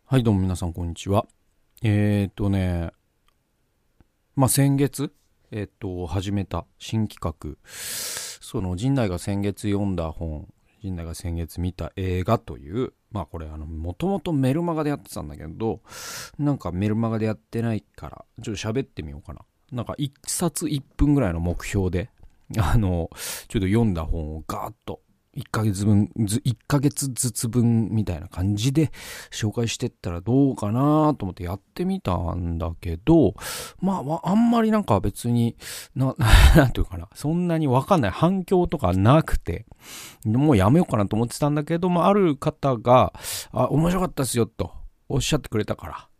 はい、どうも皆さん、こんにちは。先月、始めた新企画、陣内が先月読んだ本、陣内が先月見た映画という、これ、もともとメルマガでやってたんだけど、なんかメルマガでやってないから、ちょっと喋ってみようかな。なんか、一冊1分ぐらいの目標で、ちょっと読んだ本をガーッと、1ヶ月ずつ分みたいな感じで紹介してったらどうかなと思ってやってみたんだけど、あんまりなんか別に、なんていうかな、そんなにわかんない反響とかなくて、もうやめようかなと思ってたんだけど、ある方が、面白かったですよとおっしゃってくれたから、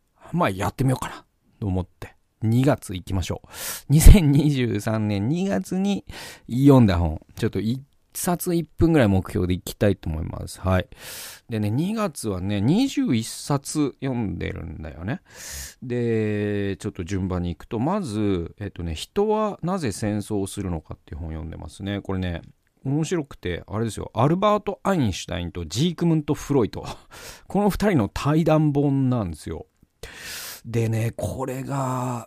やってみようかなと思って、2月行きましょう。2023年2月に読んだ本、ちょっと1冊1分ぐらい目標でいきたいと思います。はい。でね、2月はね、21冊読んでるんだよね。で、ちょっと順番に行くと、まず、人はなぜ戦争をするのかっていう本を読んでますね。これね、面白くて、あれですよ、アルバート・アインシュタインとジークムント・フロイト。この二人の対談本なんですよ。でね、これが、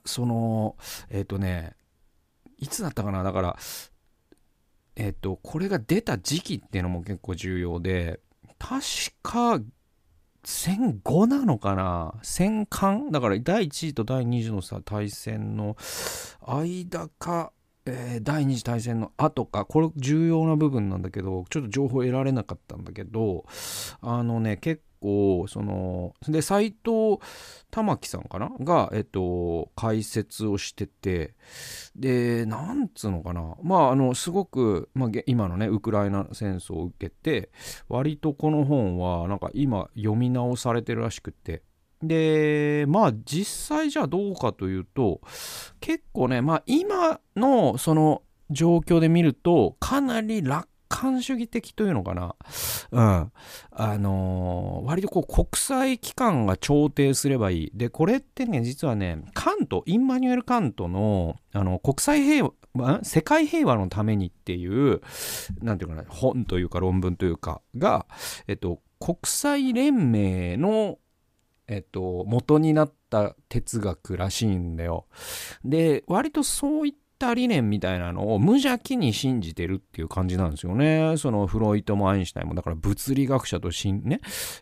いつだったかな、だから、これが出た時期っていうのも結構重要で、確か戦後なのかな、戦艦だから第1次と第2次の大戦の間か、第二次大戦の後か、これ重要な部分なんだけど、ちょっと情報得られなかったんだけど、結構、で、斎藤玉樹さんかなが、解説をしてて、で、なんつうのかな、すごく、今のね、ウクライナ戦争を受けて、割とこの本は、なんか今、読み直されてるらしくて、で、実際じゃあどうかというと、結構ね、今のその状況で見ると、かなり楽観主義的というのかな。うん。割とこう国際機関が調停すればいい。で、これってね、実はね、インマニュエル・カントの、国際平和、世界平和のためにっていう、なんていうかな、本というか論文というかが、国際連盟の元になった哲学らしいんだよ。で、割とそういった理念みたいなのを無邪気に信じてるっていう感じなんですよね。そのフロイトもアインシュタインも、だから物理学者とね、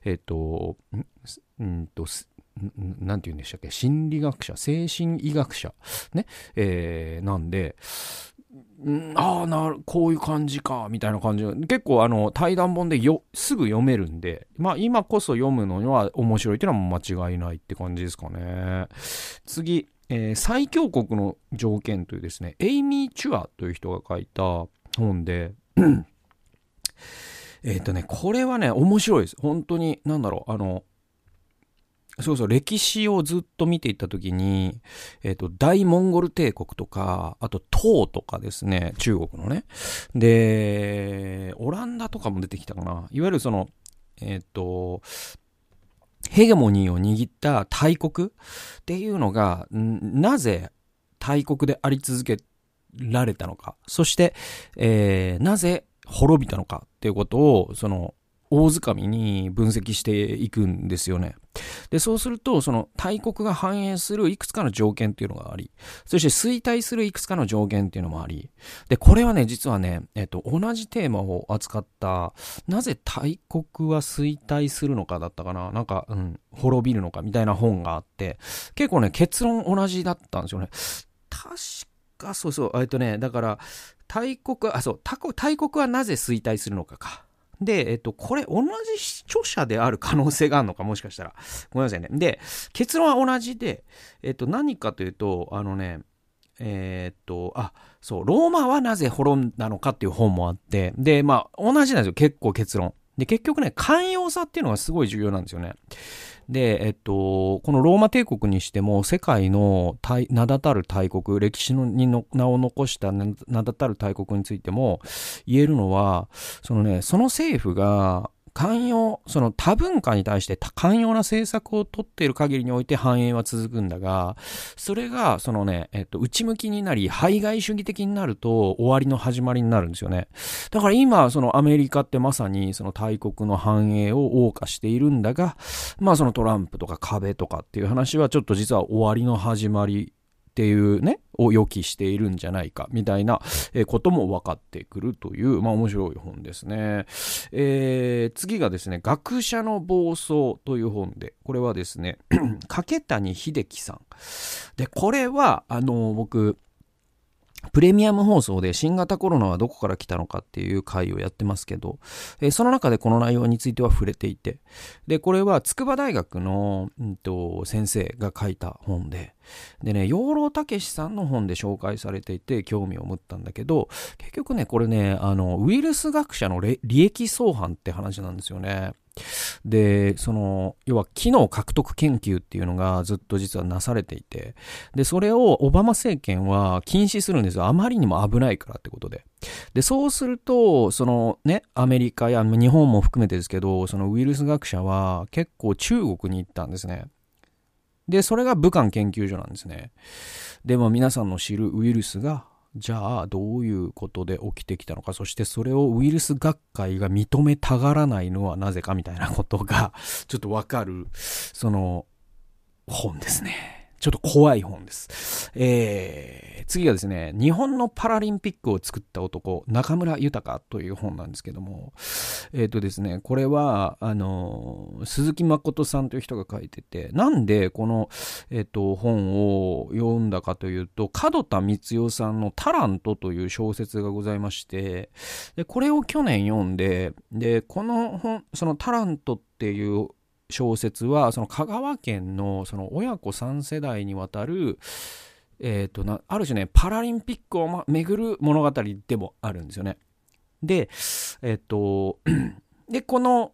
なんて言うんでしたっけ、心理学者、精神医学者、ね、なんで、こういう感じか、みたいな感じで、結構対談本ですぐ読めるんで、今こそ読むのには面白いっていうのは間違いないって感じですかね。次、最強国の条件というですね、エイミー・チュアという人が書いた本で、これはね、面白いです。本当に、そうそう、歴史をずっと見ていったときに、大モンゴル帝国とか、あと唐とかですね、中国のね。で、オランダとかも出てきたかな。いわゆるヘゲモニーを握った大国っていうのが、なぜ大国であり続けられたのか。そして、なぜ滅びたのかっていうことを、大掴みに分析していくんですよね。で、そうすると、その大国が反映するいくつかの条件っていうのがあり、そして衰退するいくつかの条件っていうのもあり、で、これはね、実はね、同じテーマを扱った、なぜ大国は衰退するのかだったかな、滅びるのかみたいな本があって、結構ね、結論同じだったんですよね。確か、そうそう、だから、大国はなぜ衰退するのかか。で、これ同じ著者である可能性があるのか、もしかしたら。ごめんなさいね。で、結論は同じで、何かというと、そう、ローマはなぜ滅んだのかっていう本もあって、で、同じなんですよ、結構結論。で、結局ね、寛容さっていうのがすごい重要なんですよね。で、このローマ帝国にしても、世界の名だたる大国、歴史に名を残した名だたる大国についても言えるのは、その政府がその多文化に対して寛容な政策を取っている限りにおいて繁栄は続くんだが、それが、そのね、内向きになり、排外主義的になると終わりの始まりになるんですよね。だから今、そのアメリカってまさにその大国の繁栄を謳歌しているんだが、まあそのトランプとか壁とかっていう話はちょっと実は終わりの始まりっていうね、を予期しているんじゃないかみたいなことも分かってくるという、まあ面白い本ですね。次がですね、学者の暴走という本で、これはですね、掛谷秀樹さん。で、これは、僕、プレミアム放送で新型コロナはどこから来たのかっていう回をやってますけど、その中でこの内容については触れていて、で、これは筑波大学の、先生が書いた本で、でね、養老孟司さんの本で紹介されていて興味を持ったんだけど、結局ね、これね、ウイルス学者の利益相反って話なんですよね。で、要は機能獲得研究っていうのがずっと実はなされていて、で、それをオバマ政権は禁止するんですよ。あまりにも危ないからってことで。で、そうすると、アメリカや日本も含めてですけど、そのウイルス学者は結構中国に行ったんですね。で、それが武漢研究所なんですね。でも皆さんの知るウイルスが、じゃあどういうことで起きてきたのか、そしてそれをウイルス学会が認めたがらないのはなぜかみたいなことがちょっとわかる本ですね。ちょっと怖い本です。次がですね、日本のパラリンピックを作った男、中村豊という本なんですけども、ですね、これは、鈴木誠さんという人が書いてて、なんでこの、本を読んだかというと、門田光代さんのタラントという小説がございまして、で、これを去年読んで、で、この本、そのタラントっていう小説はその香川県のその親子3世代にわたるある種ねパラリンピックを巡る物語でもあるんですよね。ででこの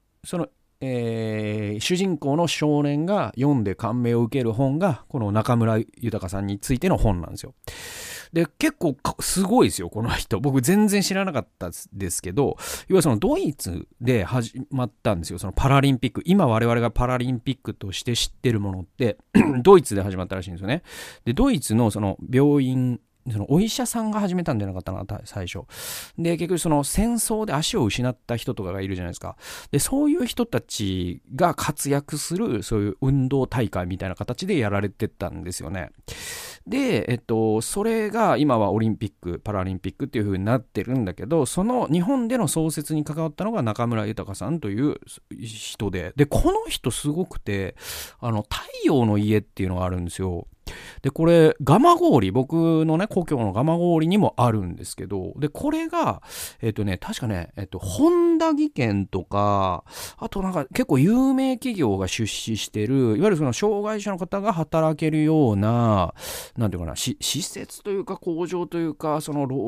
主人公の少年が読んで感銘を受ける本がこの中村豊さんについての本なんですよ。で、結構すごいですよ、この人。僕全然知らなかったですけど、要はそのドイツで始まったんですよ、そのパラリンピック。今我々がパラリンピックとして知ってるものってドイツで始まったらしいんですよね。で、ドイツのその病院、そのお医者さんが始めたんじゃなかったな、最初。で、結局その戦争で足を失った人とかがいるじゃないですか。で、そういう人たちが活躍する、そういう運動大会みたいな形でやられてたんですよね。で、それが今はオリンピック、パラリンピックっていう風になってるんだけど、その日本での創設に関わったのが中村豊さんという人で、で、この人すごくて、太陽の家っていうのがあるんですよ。で、これ、蒲郡、僕のね、故郷の蒲郡にもあるんですけど、で、これが、確かね、本田技研とか、あとなんか結構有名企業が出資してる、いわゆるその障害者の方が働けるような、なんていうかな、施設というか工場というか、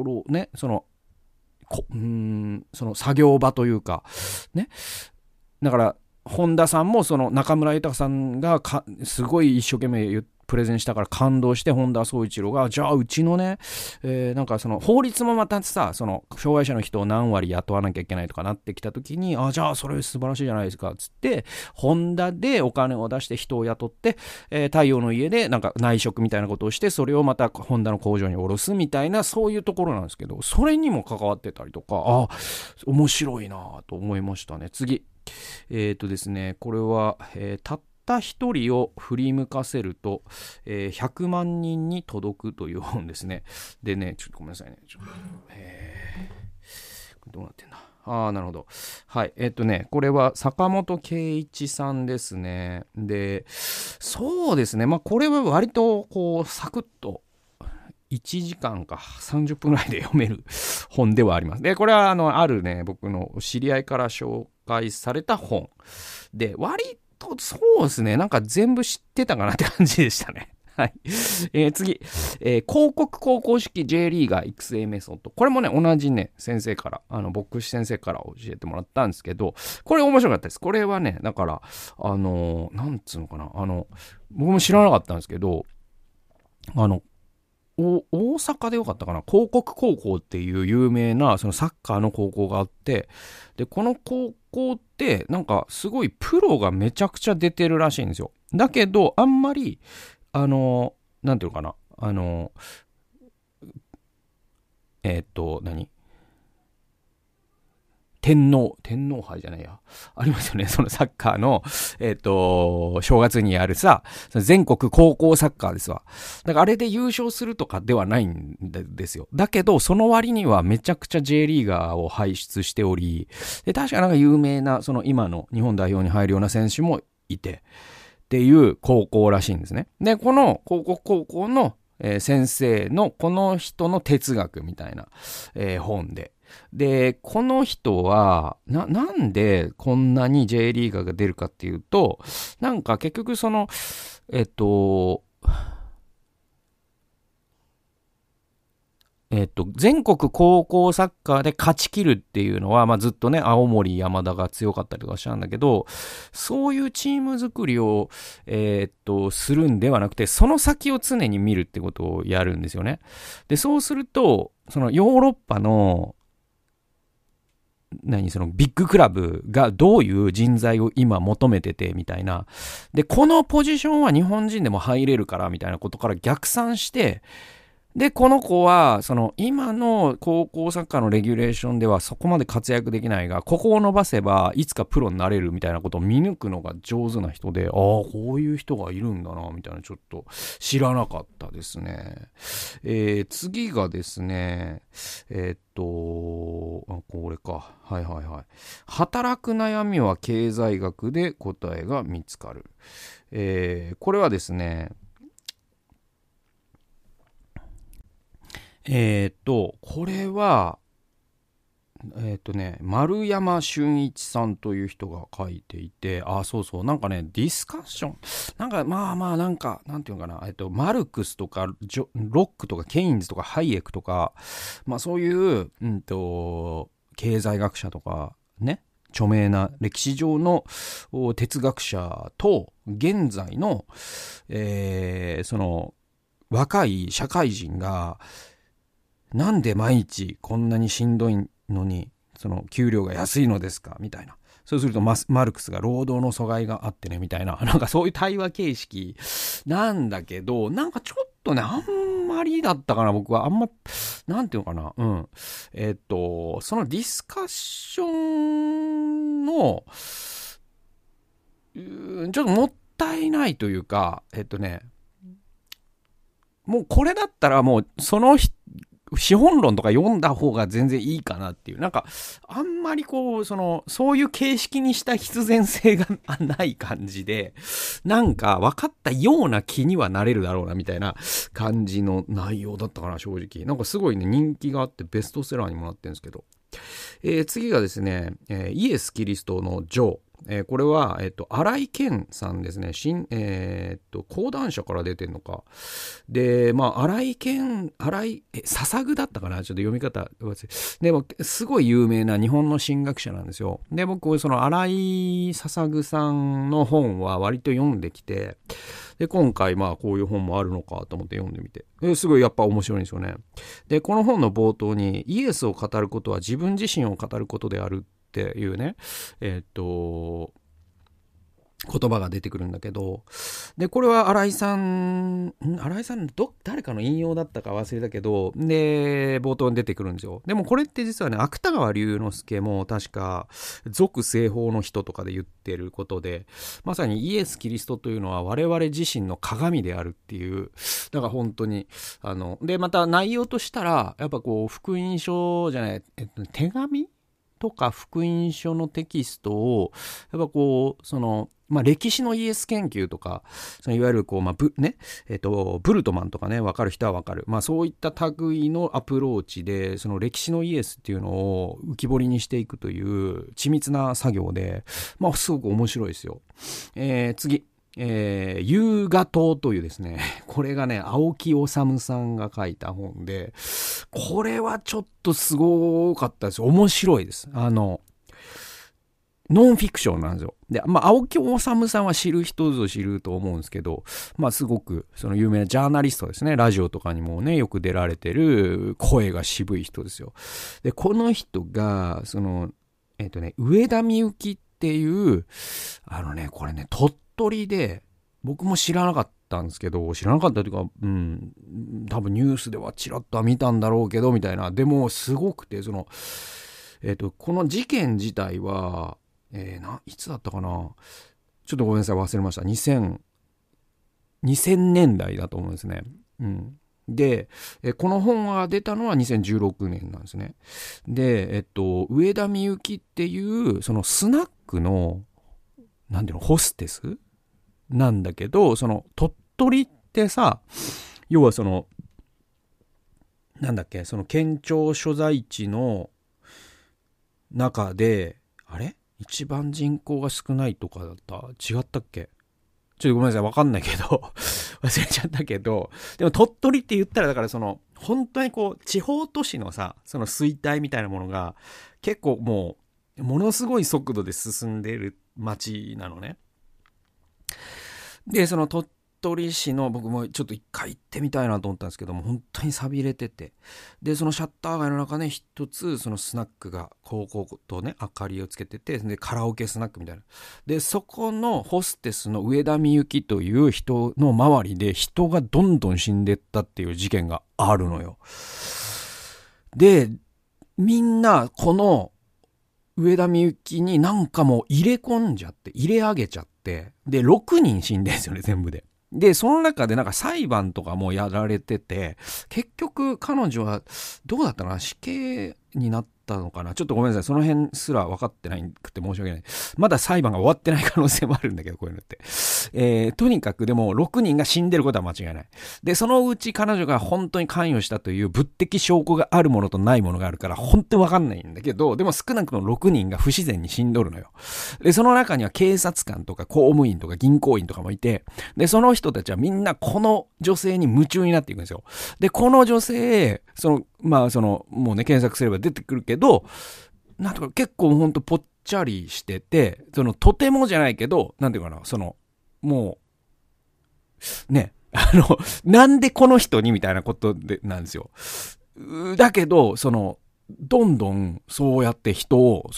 その作業場というか、ね。だから、本田さんもその中村豊さんがすごい一生懸命プレゼンしたから感動して本田宗一郎がじゃあうちのね、なんかその法律もまたさその障害者の人を何割雇わなきゃいけないとかなってきた時にじゃあそれ素晴らしいじゃないですかっつって本田でお金を出して人を雇って、太陽の家でなんか内職みたいなことをしてそれをまた本田の工場に下ろすみたいなそういうところなんですけどそれにも関わってたりとか面白いなと思いましたね。次ですねこれは、たった一人を振り向かせると、100万人に届くという本ですね。でね、ちょっとごめんなさいね。どうなってんだ。なるほど。はい。これは坂本圭一さんですね。で、そうですね。これは割とこう、サクッと、1時間か30分ぐらいで読める本ではあります。で、これはあるね、僕の知り合いから紹介された本。で、割とそうですね、なんか全部知ってたかなって感じでしたね。はい。次、広告高校式 J リーガー育成メソッド。これもね、同じね、先生から、牧師先生から教えてもらったんですけど、これ面白かったです。これはね、だから、なんつうのかな、僕も知らなかったんですけど、 大阪でよかったかな、広告高校っていう有名なそのサッカーの高校があって、でこの高校ってなんかすごいプロがめちゃくちゃ出てるらしいんですよ。だけどあんまりなんていうのかな、何、天皇杯じゃないや。ありますよね。そのサッカーの、正月にやるさ、その全国高校サッカーですわ。だからあれで優勝するとかではないんですよ。だけど、その割にはめちゃくちゃ J リーガーを輩出しており、で、確かなんか有名な、その今の日本代表に入るような選手もいて、っていう高校らしいんですね。で、この広告高校の、先生のこの人の哲学みたいな、本で、この人はなんでこんなに J リーガーが出るかっていうと、なんか結局その全国高校サッカーで勝ち切るっていうのは、まあ、ずっとね、青森山田が強かったりとかしたんだけど、そういうチーム作りを、するんではなくて、その先を常に見るってことをやるんですよね。で、そうすると、そのヨーロッパの、そのビッグクラブがどういう人材を今求めててみたいな。で、このポジションは日本人でも入れるからみたいなことから逆算して、で、この子は、その、今の高校サッカーのレギュレーションではそこまで活躍できないが、ここを伸ばせば、いつかプロになれるみたいなことを見抜くのが上手な人で、ああ、こういう人がいるんだな、みたいな、ちょっと知らなかったですね。次がですね、これか。はいはいはい。働く悩みは経済学で答えが見つかる。これはですね、これは、丸山俊一さんという人が書いていて、そうそう、なんかね、ディスカッション、なんかまあまあ、なんか、なんていうのかな、マルクスとか、ロックとか、ケインズとか、ハイエクとか、まあそういう、経済学者とか、ね、著名な歴史上の哲学者と、現在の、その、若い社会人が、なんで毎日こんなにしんどいのにその給料が安いのですかみたいな。そうするとマルクスが労働の阻害があってねみたいな、なんかそういう対話形式なんだけど、なんかちょっとね、あんまりだったかな、僕は。あんま、なんていうのかな、そのディスカッションの、ちょっともったいないというか、もうこれだったらもうその資本論とか読んだ方が全然いいかなっていう。なんか、あんまりこう、そういう形式にした必然性がない感じで、なんか分かったような気にはなれるだろうなみたいな感じの内容だったかな、正直。なんかすごいね、人気があってベストセラーにもなってるんですけど。次がですね、イエス・キリストのジョー。これは、新井健さんですね。講談社から出てんのか。で、まあ、笹具だったかな、ちょっと読み方。でも、すごい有名な日本の神学者なんですよ。で、僕、その新井笹具さんの本は割と読んできて、で、今回、まあ、こういう本もあるのかと思って読んでみて。すごいやっぱ面白いんですよね。で、この本の冒頭に、イエスを語ることは自分自身を語ることであるっていうね、言葉が出てくるんだけど、で、これは新井さん、誰かの引用だったか忘れたけど、で、冒頭に出てくるんですよ。でもこれって実はね、芥川龍之介も確か、俗西方の人とかで言ってることで、まさにイエス・キリストというのは我々自身の鏡であるっていう、だから本当に、で、また内容としたら、やっぱこう、福音書じゃない、手紙とか福音書のテキストを、やっぱこう、歴史のイエス研究とか、いわゆるこう、ブルトマンとかね、わかる人はわかる。まあそういった類のアプローチで、その歴史のイエスっていうのを浮き彫りにしていくという緻密な作業で、まあすごく面白いですよ。次。夕画島というですね、これがね、青木治さんが書いた本で、これはちょっとすごかったです。面白いです。 ノンフィクションなんですよ。で、青木治さんは知る人ぞ知ると思うんですけど、すごくその有名なジャーナリストですね。ラジオとかにもね、よく出られてる声が渋い人ですよ。で、この人が、上田美幸っていう、これね、鳥取で、僕も知らなかったんですけど、知らなかったというか、多分ニュースではチラッとは見たんだろうけど、みたいな。でも、すごくて、この事件自体は、いつだったかな、ちょっとごめんなさい、忘れました。2000年代だと思うんですね。で、この本が出たのは2016年なんですね。で、上田美幸っていう、そのスナックの、ホステスなんだけど、その鳥取ってさ、要はその県庁所在地の中で、一番人口が少ないとかだった？違ったっけ？ちょっとごめんなさい、わかんないけど忘れちゃったけど、でも鳥取って言ったら、だから本当に地方都市のさ、その衰退みたいなものが結構ものすごい速度で進んでいる街なのね。で、その鳥取市の、僕もちょっと一回行ってみたいなと思ったんですけども、本当に寂れてて、でそのシャッター街の中ね、一つそのスナックがこうとね、明かりをつけてて、でカラオケスナックみたいな、でそこのホステスの上田美幸という人の周りで人がどんどん死んでったっていう事件があるのよ。でみんなこの上田美幸になんかもう入れ込んじゃって、入れ上げちゃって、で6人死んでるんですよね、全部で。でその中でなんか裁判とかもやられてて、結局彼女はどうだったかな、死刑になったのかな、ちょっとごめんなさい、その辺すら分かってないくて申し訳ない。まだ裁判が終わってない可能性もあるんだけど、こういうのって、とにかくでも6人が死んでることは間違いない。でそのうち彼女が本当に関与したという物的証拠があるものとないものがあるから本当に分かんないんだけど、でも少なくとも6人が不自然に死んどるのよ。でその中には警察官とか公務員とか銀行員とかもいて、でその人たちはみんなこの女性に夢中になっていくんですよ。でこの女性、もうね、検索すれば出てくるけど、なんとか結構ほんとぽっちゃりしてて、とてもじゃないけど、なんていうかな、もうね、なんでこの人にみたいなことでなんですよ。だけどどんどんそうやって人を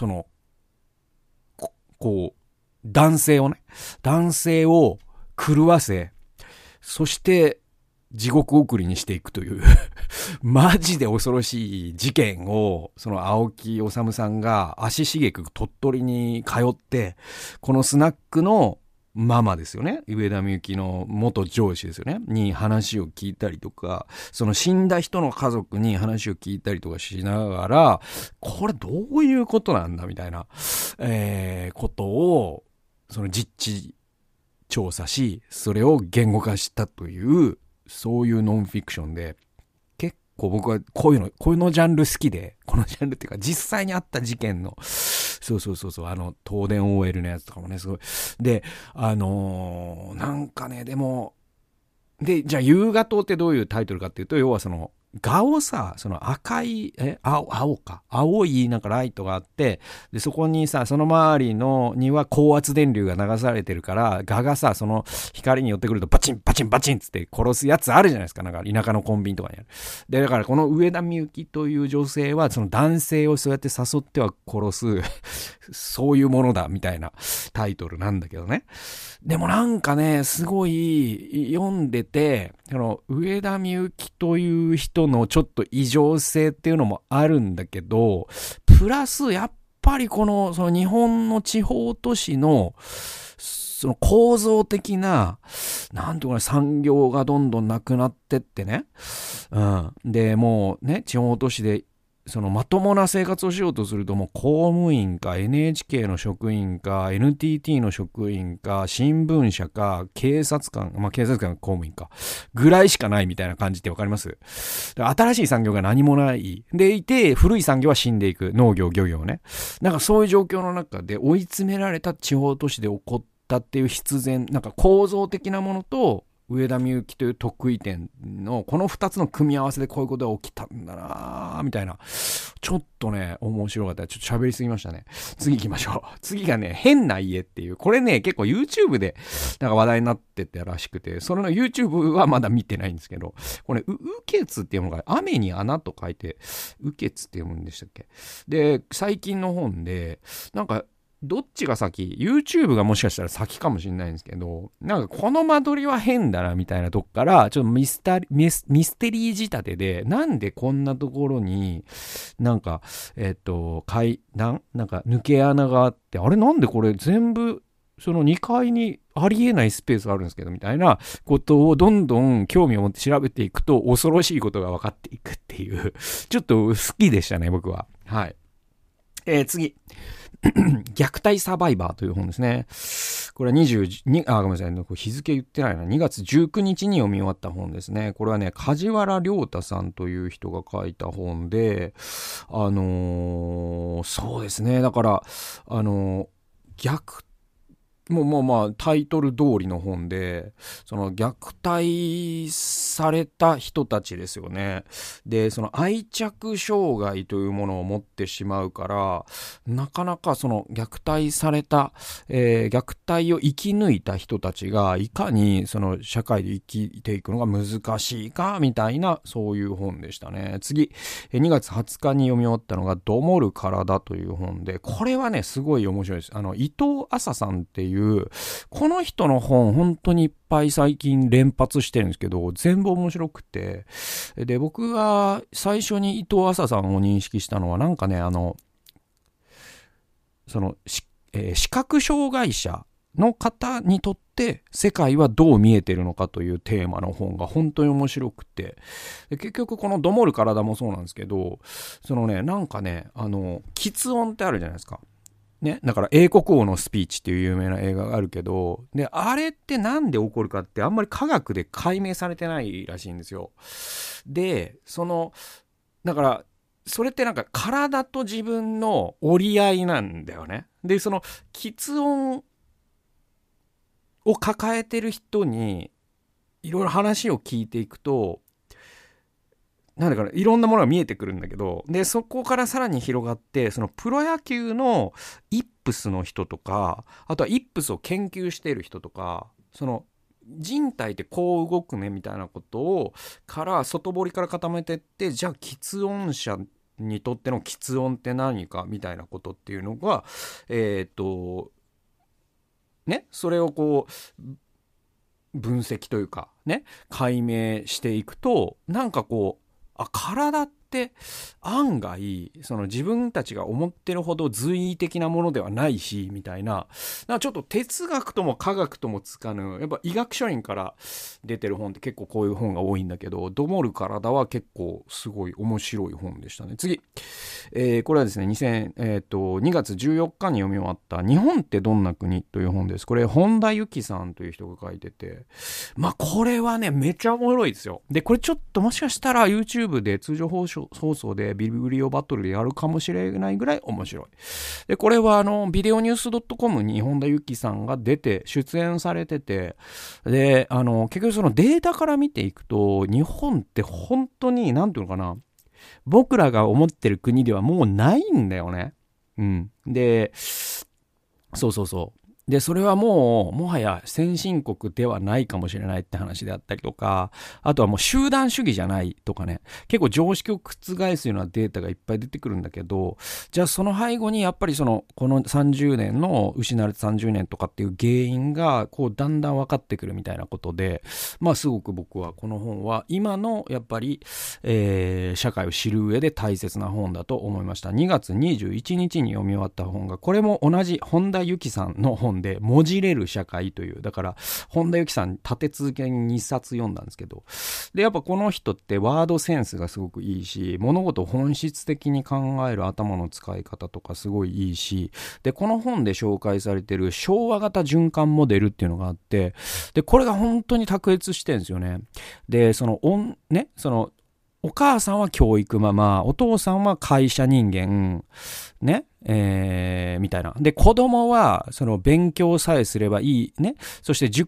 男性を狂わせ、そして地獄送りにしていくというマジで恐ろしい事件を、その青木治さんが足しげく鳥取に通って、このスナックのママですよね、上田美幸の元上司ですよねに話を聞いたりとか、その死んだ人の家族に話を聞いたりとかしながら、これどういうことなんだみたいな、ことを実地調査し、それを言語化したという、そういうノンフィクションで、結構僕はこういうのジャンル好きで、このジャンルっていうか実際にあった事件の、そう東電 OL のやつとかもね、すごい。でなんかね、でもじゃあ夕画島ってどういうタイトルかっていうと、要は画をさ、赤い青いなんかライトがあって、でそこにさ、その周りのには高圧電流が流されてるから、画がさ、その光に寄ってくるとバチンバチンバチンつって殺すやつあるじゃないですか、なんか田舎のコンビニとかにある。でだからこの上田美幸という女性はその男性をそうやって誘っては殺すそういうものだみたいなタイトルなんだけどね。でもなんかね、すごい読んでて、上田美幸という人のちょっと異常性っていうのもあるんだけど、プラスやっぱりその日本の地方都市のその構造的な、なんていうかな、産業がどんどんなくなってってね、でもうね、地方都市でまともな生活をしようとすると、もう公務員か NHK の職員か NTT の職員か新聞社か警察官、警察官公務員かぐらいしかないみたいな感じってわかります？新しい産業が何もないでいて、古い産業は死んでいく、農業漁業ね、なんかそういう状況の中で追い詰められた地方都市で起こったっていう必然、なんか構造的なものと上田美幸という得意点のこの2つの組み合わせでこういうことが起きたんだなみたいな、ちょっとね面白かった。ちょっと喋りすぎましたね。次行きましょう。次がね、変な家っていう、これね結構 YouTube でなんか話題になってたらしくて、それの YouTube はまだ見てないんですけど、これ雨穴っていうのが雨に穴と書いて雨穴って読むんでしたっけ。で最近の本でなんかどっちが先、 YouTube がもしかしたら先かもしれないんですけど、なんかこの間取りは変だなみたいなとこからちょっとミステリー仕立てで、なんでこんなところになんか階段なんか抜け穴があって、あれなんでこれ全部その2階にありえないスペースがあるんですけどみたいなことをどんどん興味を持って調べていくと恐ろしいことが分かっていくっていうちょっと好きでしたね僕は。はい。次虐待サバイバーという本ですね。これはごめんなさい、日付言ってないな。2月19日に読み終わった本ですね。これはね、梶原良太さんという人が書いた本で、そうですね。だから、まあタイトル通りの本で、その虐待された人たちですよね。でその愛着障害というものを持ってしまうから、なかなかその虐待された、虐待を生き抜いた人たちがいかにその社会で生きていくのが難しいかみたいな、そういう本でしたね。次、2月20日に読み終わったのがどもる体という本で、これはねすごい面白いです。伊藤麻さんっていうこの人の本本当にいっぱい最近連発してるんですけど、全部面白くて、で僕が最初に伊藤麻さんを認識したのはなんかね、その視覚障害者の方にとって世界はどう見えてるのかというテーマの本が本当に面白くて、で結局このどもる体もそうなんですけど、そのねなんかね喫音ってあるじゃないですかね。だから英国王のスピーチっていう有名な映画があるけど、であれってなんで起こるかってあんまり科学で解明されてないらしいんですよ。でだからそれってなんか体と自分の折り合いなんだよね。でその喫音を抱えてる人にいろいろ話を聞いていくと、なんだかいろんなものが見えてくるんだけど、でそこからさらに広がって、そのプロ野球のイップスの人とか、あとはイップスを研究している人とか、その人体ってこう動くねみたいなことをから外堀から固めてって、じゃあ喫音者にとっての喫音って何かみたいなことっていうのがそれをこう分析というかね解明していくと、なんかこう体って案外その自分たちが思ってるほど随意的なものではないしみたいな、ちょっと哲学とも科学ともつかぬ、やっぱ医学書院から出てる本って結構こういう本が多いんだけど、どもる体は結構すごい面白い本でしたね。次、これはですね2月14日に読み終わった日本ってどんな国という本です。これ本田由紀さんという人が書いてて、これはねめちゃおもろいですよ。でこれちょっともしかしたら YouTube で通常放送でビブリオバトルでやるかもしれないぐらい面白い。でこれはビデオニュース .com に本田由紀さんが出て出演されてて、で結局そのデータから見ていくと、日本って本当になんていうのかな、僕らが思ってる国ではもうないんだよね。でそうでそれはもはや先進国ではないかもしれないって話であったりとか、あとはもう集団主義じゃないとかね、結構常識を覆すようなデータがいっぱい出てくるんだけど、じゃあその背後にやっぱりこの30年の失われた30年とかっていう原因がこうだんだん分かってくるみたいなことで、すごく僕はこの本は今のやっぱり、社会を知る上で大切な本だと思いました。2月21日に読み終わった本が、これも同じ本田由紀さんの本で、文字れる社会という、だから本田由紀さん立て続けに2冊読んだんですけど、でやっぱこの人ってワードセンスがすごくいいし、物事を本質的に考える頭の使い方とかすごいいいし、でこの本で紹介されてる昭和型循環モデルっていうのがあって、でこれが本当に卓越してるんですよね。でお母さんは教育ママ、お父さんは会社人間ね、みたいな。で子供はその勉強さえすればいいね、そして塾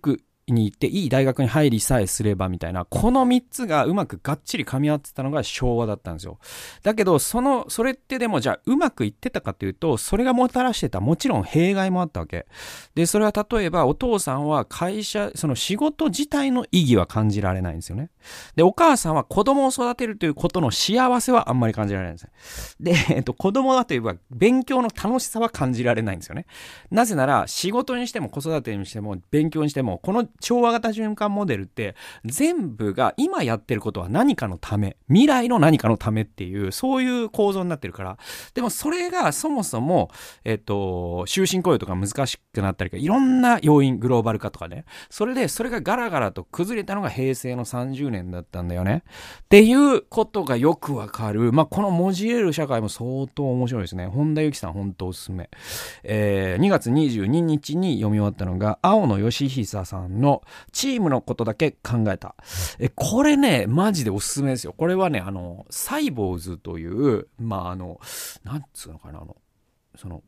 に行っていい大学に入りさえすればみたいな、この3つがうまくがっちり噛み合ってたのが昭和だったんですよ。だけどそれってでもじゃあうまくいってたかというと、それがもたらしてたもちろん弊害もあったわけで、それは例えばお父さんはその仕事自体の意義は感じられないんですよね。でお母さんは子供を育てるということの幸せはあんまり感じられないんですよ。で、子供だといえば勉強の楽しさは感じられないんですよね。なぜなら仕事にしても子育てにしても勉強にしても、この調和型循環モデルって全部が今やってることは何かのため、未来の何かのためっていう、そういう構造になってるから。でもそれがそもそも終身雇用とか難しくなったり、いろんな要因、グローバル化とかね、それがガラガラと崩れたのが平成の30年だったんだよねっていうことがよくわかる。この文字れる社会も相当面白いですね。本田由紀さん本当おすすめ。2月22日に読み終わったのが青野義久さんのチームのことだけ考えた。これねマジでおすすめですよ。これはねサイボーズというなんつうのかな、その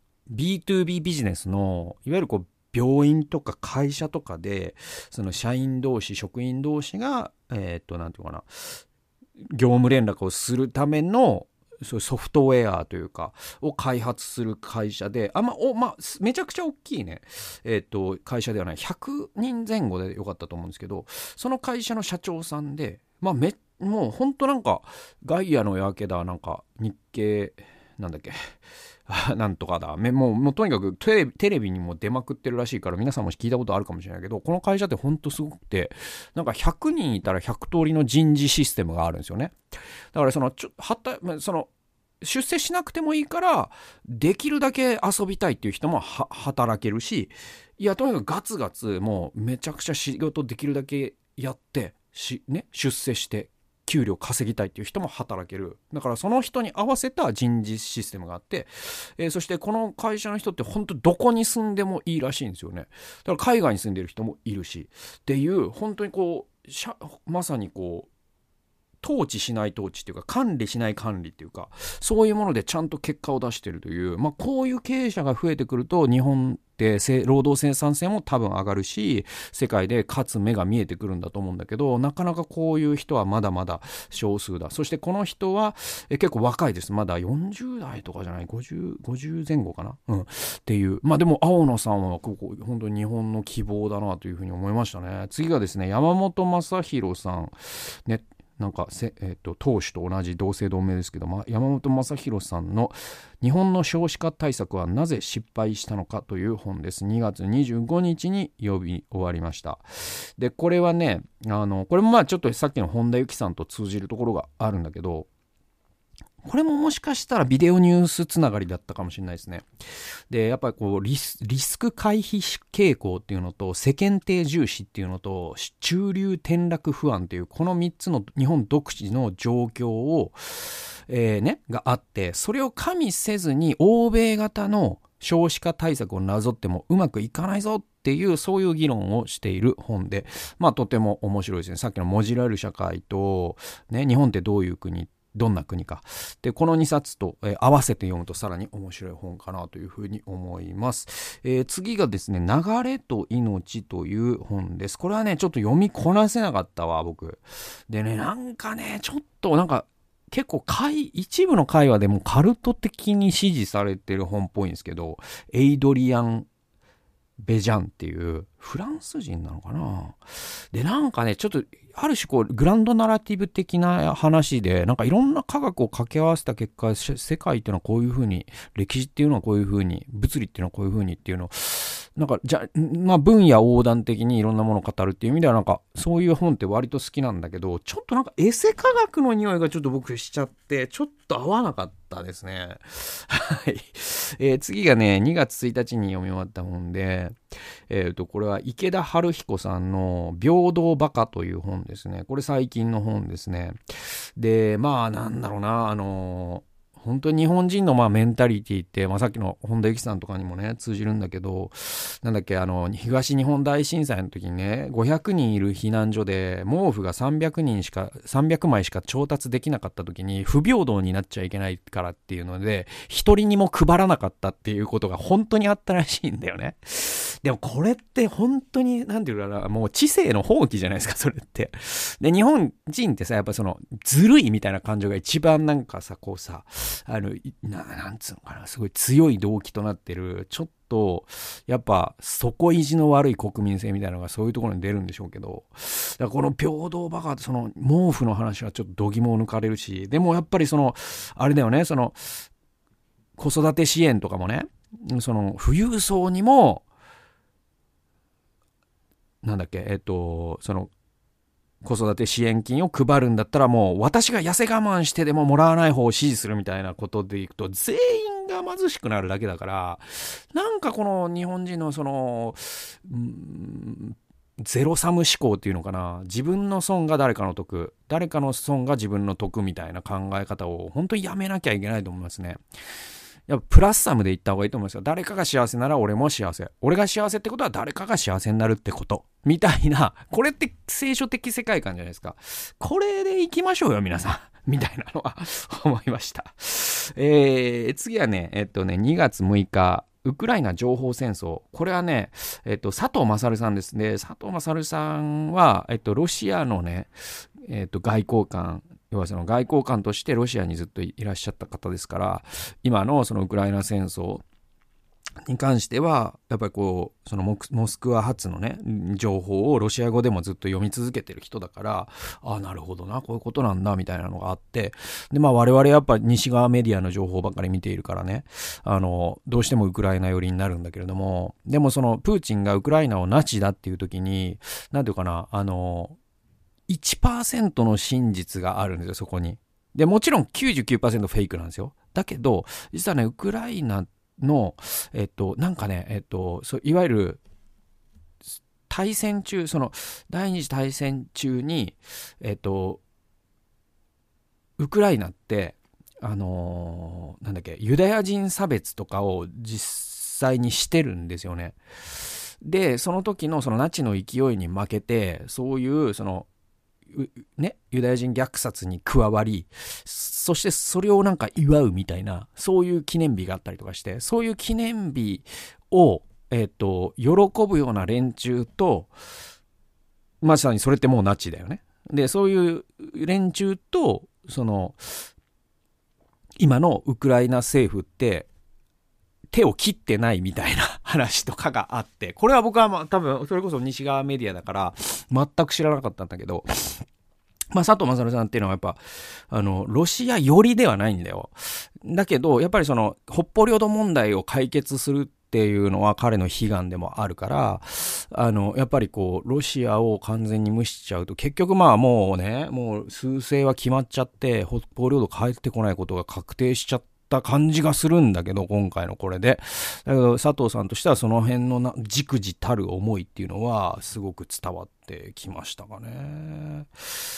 B2B ビジネスのいわゆる病院とか会社とかでその社員同士職員同士がなんていうかな、業務連絡をするためのそういうソフトウェアというかを開発する会社で、めちゃくちゃ大きいね、会社ではない、100人前後でよかったと思うんですけど、その会社の社長さんで、もうほんとなんかガイアの夜明けだ、なんか日経なんだっけなんとかだ、もうとにかくテレビにも出まくってるらしいから、皆さんも聞いたことあるかもしれないけど、この会社ってほんとすごくて、なんか100人いたら100通りの人事システムがあるんですよね。だからその出世しなくてもいいからできるだけ遊びたいっていう人も働けるし、いやとにかくガツガツもうめちゃくちゃ仕事できるだけやって出世して給料稼ぎたいっていう人も働ける。だからその人に合わせた人事システムがあって、そしてこの会社の人って本当どこに住んでもいいらしいんですよね。だから海外に住んでる人もいるしっていう、本当にまさに統治しない統治っていうか管理しない管理っていうか、そういうものでちゃんと結果を出してるという、こういう経営者が増えてくると日本で労働生産性も多分上がるし、世界で勝つ目が見えてくるんだと思うんだけど、なかなかこういう人はまだまだ少数だ。そしてこの人は結構若いです。まだ40代とかじゃない、50前後かな、っていう。でも青野さんは本当に日本の希望だなというふうに思いましたね。次がですね、山本正弘さんね、なんか党首と同じ同姓同名ですけど、山本正弘さんの日本の少子化対策はなぜ失敗したのかという本です。2月25日に読み終わりました。でこれはねこれもちょっとさっきの本田由紀さんと通じるところがあるんだけど、これももしかしたらビデオニュースつながりだったかもしれないですね。でやっぱりリスク回避傾向っていうのと世間体重視っていうのと中流転落不安っていう、この3つの日本独自の状況を、があって、それを加味せずに欧米型の少子化対策をなぞってもうまくいかないぞっていう、そういう議論をしている本で、とても面白いですね。さっきの文字られる社会と、日本ってどんな国かで、この2冊と、合わせて読むとさらに面白い本かなというふうに思います。次がですね、流れと命という本です。これはねちょっと読みこなせなかったわ僕でね、なんかねちょっとなんか結構一部の会話でもカルト的に支持されてる本っぽいんですけど、エイドリアン・ベジャンっていうフランス人なのかな。でなんかねちょっとある種グランドナラティブ的な話で、なんかいろんな科学を掛け合わせた結果、世界っていうのはこういう風に、歴史っていうのはこういう風に、物理っていうのはこういう風にっていうのをなんか分野横断的にいろんなものを語るっていう意味ではなんかそういう本って割と好きなんだけど、ちょっとなんかエセ科学の匂いがちょっと僕しちゃってちょっと合わなかったですね。はい。次がね2月1日に読み終わった本で、これは池田春彦さんの平等バカという本ですね。これ最近の本ですね。でなんだろうな、 本当に日本人のまあメンタリティって、まあ、さっきの本田由紀さんとかにもね通じるんだけど、なんだっけ、東日本大震災の時にね、500人いる避難所で毛布が300枚しか調達できなかった時に不平等になっちゃいけないからっていうので、一人にも配らなかったっていうことが本当にあったらしいんだよね。でもこれって本当になんていうかな、もう知性の放棄じゃないですか、それって。で、日本人ってさ、やっぱそのずるいみたいな感情が一番なんかさ、こうさ、なんつうのかな、すごい強い動機となってる、ちょっとやっぱ底意地の悪い国民性みたいなのがそういうところに出るんでしょうけど、だからこの平等バカ、その毛布の話はちょっと度肝を抜かれるし、でもやっぱりそのあれだよね、その子育て支援とかもね、その富裕層にもなんだっけ、その子育て支援金を配るんだったら、もう私が痩せ我慢してでももらわない方を支持するみたいなことでいくと、全員が貧しくなるだけだから、なんかこの日本人のそのゼロサム思考っていうのかな、自分の損が誰かの得、誰かの損が自分の得みたいな考え方を本当にやめなきゃいけないと思いますね。やっぱプラスサムで言った方がいいと思いますよ。誰かが幸せなら俺も幸せ。俺が幸せってことは誰かが幸せになるってこと。みたいな、これって聖書的世界観じゃないですか。これでいきましょうよ、皆さん。みたいなのは思いました。次はね、2月6日、ウクライナ情報戦争。これはね、佐藤勝さんですね。佐藤勝さんは、ロシアのね、外交官、要はその外交官としてロシアにずっといらっしゃった方ですから、今のそのウクライナ戦争に関してはやっぱりこうそのモスクワ発のね情報をロシア語でもずっと読み続けてる人だから、ああなるほどな、こういうことなんだみたいなのがあって、でまあ我々やっぱ西側メディアの情報ばかり見ているからね、どうしてもウクライナ寄りになるんだけれども、でもそのプーチンがウクライナをナチだっていう時になんていうかな、1% の真実があるんですよ、そこに。で、もちろん 99% フェイクなんですよ。だけど、実はね、ウクライナの、なんかね、いわゆる、大戦中、その、第二次大戦中に、ウクライナって、なんだっけ、ユダヤ人差別とかを実際にしてるんですよね。で、その時のそのナチの勢いに負けて、そういうそのね、ユダヤ人虐殺に加わり、そしてそれをなんか祝うみたいな、そういう記念日があったりとかして、そういう記念日を、喜ぶような連中と、まさにそれってもうナチだよね。で、そういう連中と、その、今のウクライナ政府って、手を切ってないみたいな話とかがあって、これは僕はまあ多分それこそ西側メディアだから全く知らなかったんだけど、まあ佐藤勝さんっていうのはやっぱロシア寄りではないんだよ。だけどやっぱりその北方領土問題を解決するっていうのは彼の悲願でもあるから、やっぱりこうロシアを完全に無視しちゃうと、結局まあもうね、もう趨勢は決まっちゃって北方領土帰ってこないことが確定しちゃった感じがするんだけど、今回のこれで。だけど佐藤さんとしてはその辺の忸怩たる思いっていうのはすごく伝わってきましたかね。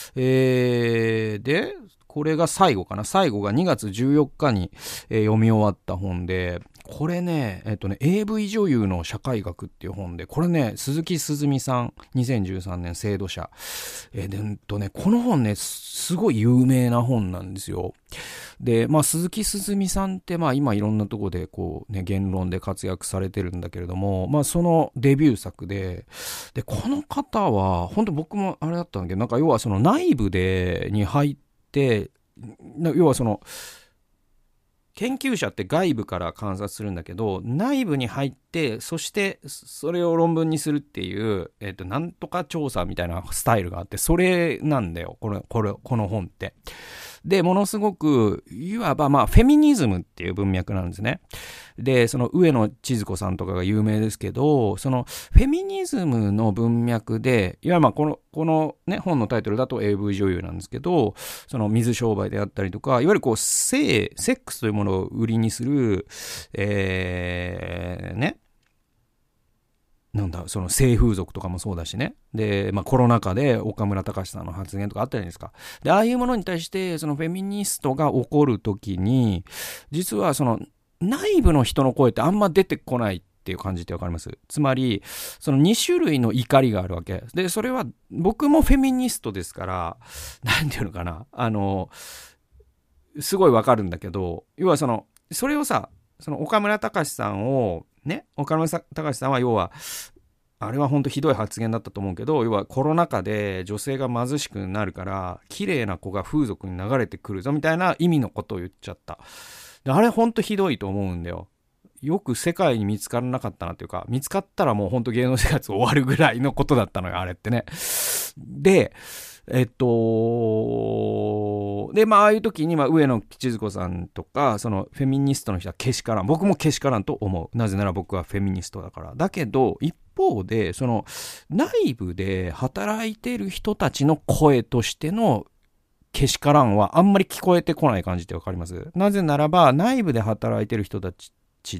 でこれが最後かな。最後が2月14日に、読み終わった本で、これね、AV 女優の社会学っていう本で、これね、鈴木すずみさん、2013年制度者。この本ね、すごい有名な本なんですよ。で、まあ、鈴木すずみさんって、まあ、今いろんなところで、こうね、言論で活躍されてるんだけれども、まあ、そのデビュー作で、この方は、本当僕もあれだったんだけど、なんか要はその内部に入って、要はその、研究者って外部から観察するんだけど、内部に入って、そしてそれを論文にするっていう、なんとか調査みたいなスタイルがあって、それなんだよ、この本って。で、ものすごく、いわばまあ、フェミニズムっていう文脈なんですね。で、その上野千鶴子さんとかが有名ですけど、そのフェミニズムの文脈で、いわゆるまあこのね、本のタイトルだと AV 女優なんですけど、その水商売であったりとか、いわゆるこうセックスというものを売りにする、 なんだその性風俗とかもそうだしね。で、コロナ禍で岡村隆史さんの発言とかあったじゃないですか。で、ああいうものに対してそのフェミニストが怒るときに、実はその内部の人の声ってあんま出てこないっていう感じってわかります？つまりその2種類の怒りがあるわけで、それは僕もフェミニストですから、なんていうのかな、すごいわかるんだけど、要はそれをさ、その岡村隆史さんをね、岡村隆史さんは要はあれは本当ひどい発言だったと思うけど、要はコロナ禍で女性が貧しくなるから綺麗な子が風俗に流れてくるぞみたいな意味のことを言っちゃった。であれ本当ひどいと思うんだよ。よく世界に見つからなかったなっていうか、見つかったらもう本当芸能生活終わるぐらいのことだったのよ、あれってね。で、ああいう時に、上野千鶴子さんとか、そのフェミニストの人はけしからん。僕もけしからんと思う。なぜなら僕はフェミニストだから。だけど、一方で、その内部で働いている人たちの声としてのけしからんはあんまり聞こえてこない感じってわかります？なぜならば、内部で働いている人たちって、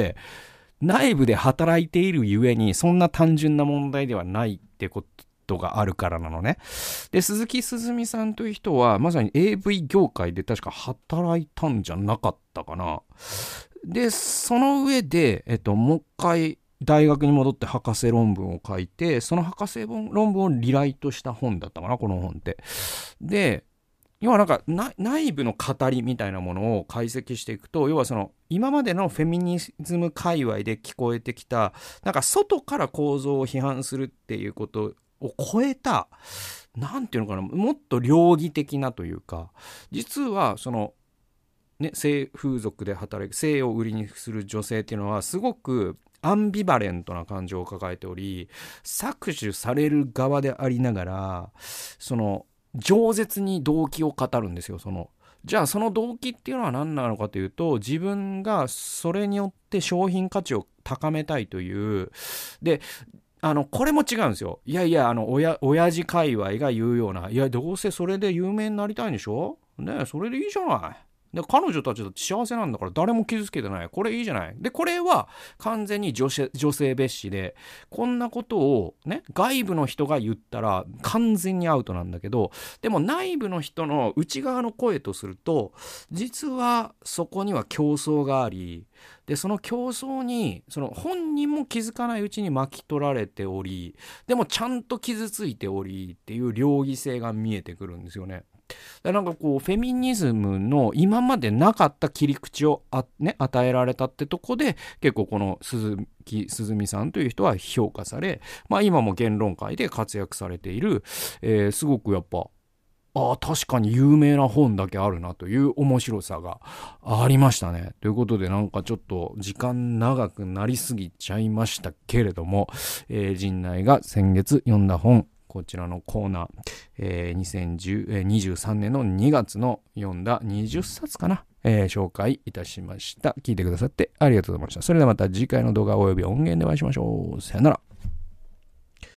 内部で働いているゆえに、そんな単純な問題ではないってことがあるからなのね。で、鈴木すずみさんという人はまさに AV 業界で確か働いたんじゃなかったかな。で、その上で、もう一回大学に戻って博士論文を書いて、その博士論文をリライトした本だったかな、この本って。で、要はなんか内部の語りみたいなものを解析していくと、要はその今までのフェミニズム界隈で聞こえてきた、なんか外から構造を批判するっていうことを超えた、なんていうのかな、もっと両義的なというか、実はそのね、性風俗で働く、性を売りにする女性っていうのはすごくアンビバレントな感情を抱えており、搾取される側でありながら、その饒舌に動機を語るんですよ。じゃあその動機っていうのは何なのかというと、自分がそれによって商品価値を高めたいという。で、これも違うんですよ。いやいや、親父界隈が言うような、いや、どうせそれで有名になりたいんでしょねえ、それでいいじゃない。で、彼女たちだって幸せなんだから誰も傷つけてない。これいいじゃない。で、これは完全に女性蔑視で、こんなことをね、外部の人が言ったら完全にアウトなんだけど、でも内部の人の内側の声とすると、実はそこには競争があり、で、その競争に、その本人も気づかないうちに巻き取られており、でもちゃんと傷ついておりっていう両義性が見えてくるんですよね。なんかこうフェミニズムの今までなかった切り口を与えられたってとこで、結構この鈴木すずみさんという人は評価され、今も言論界で活躍されている、すごくやっぱ確かに有名な本だけあるなという面白さがありましたね。ということで、なんかちょっと時間長くなりすぎちゃいましたけれども、陣内が先月読んだ本、こちらのコーナー、2023年の2月の読んだ20冊かな、紹介いたしました。聞いてくださってありがとうございました。それではまた次回の動画および音源でお会いしましょう。さよなら。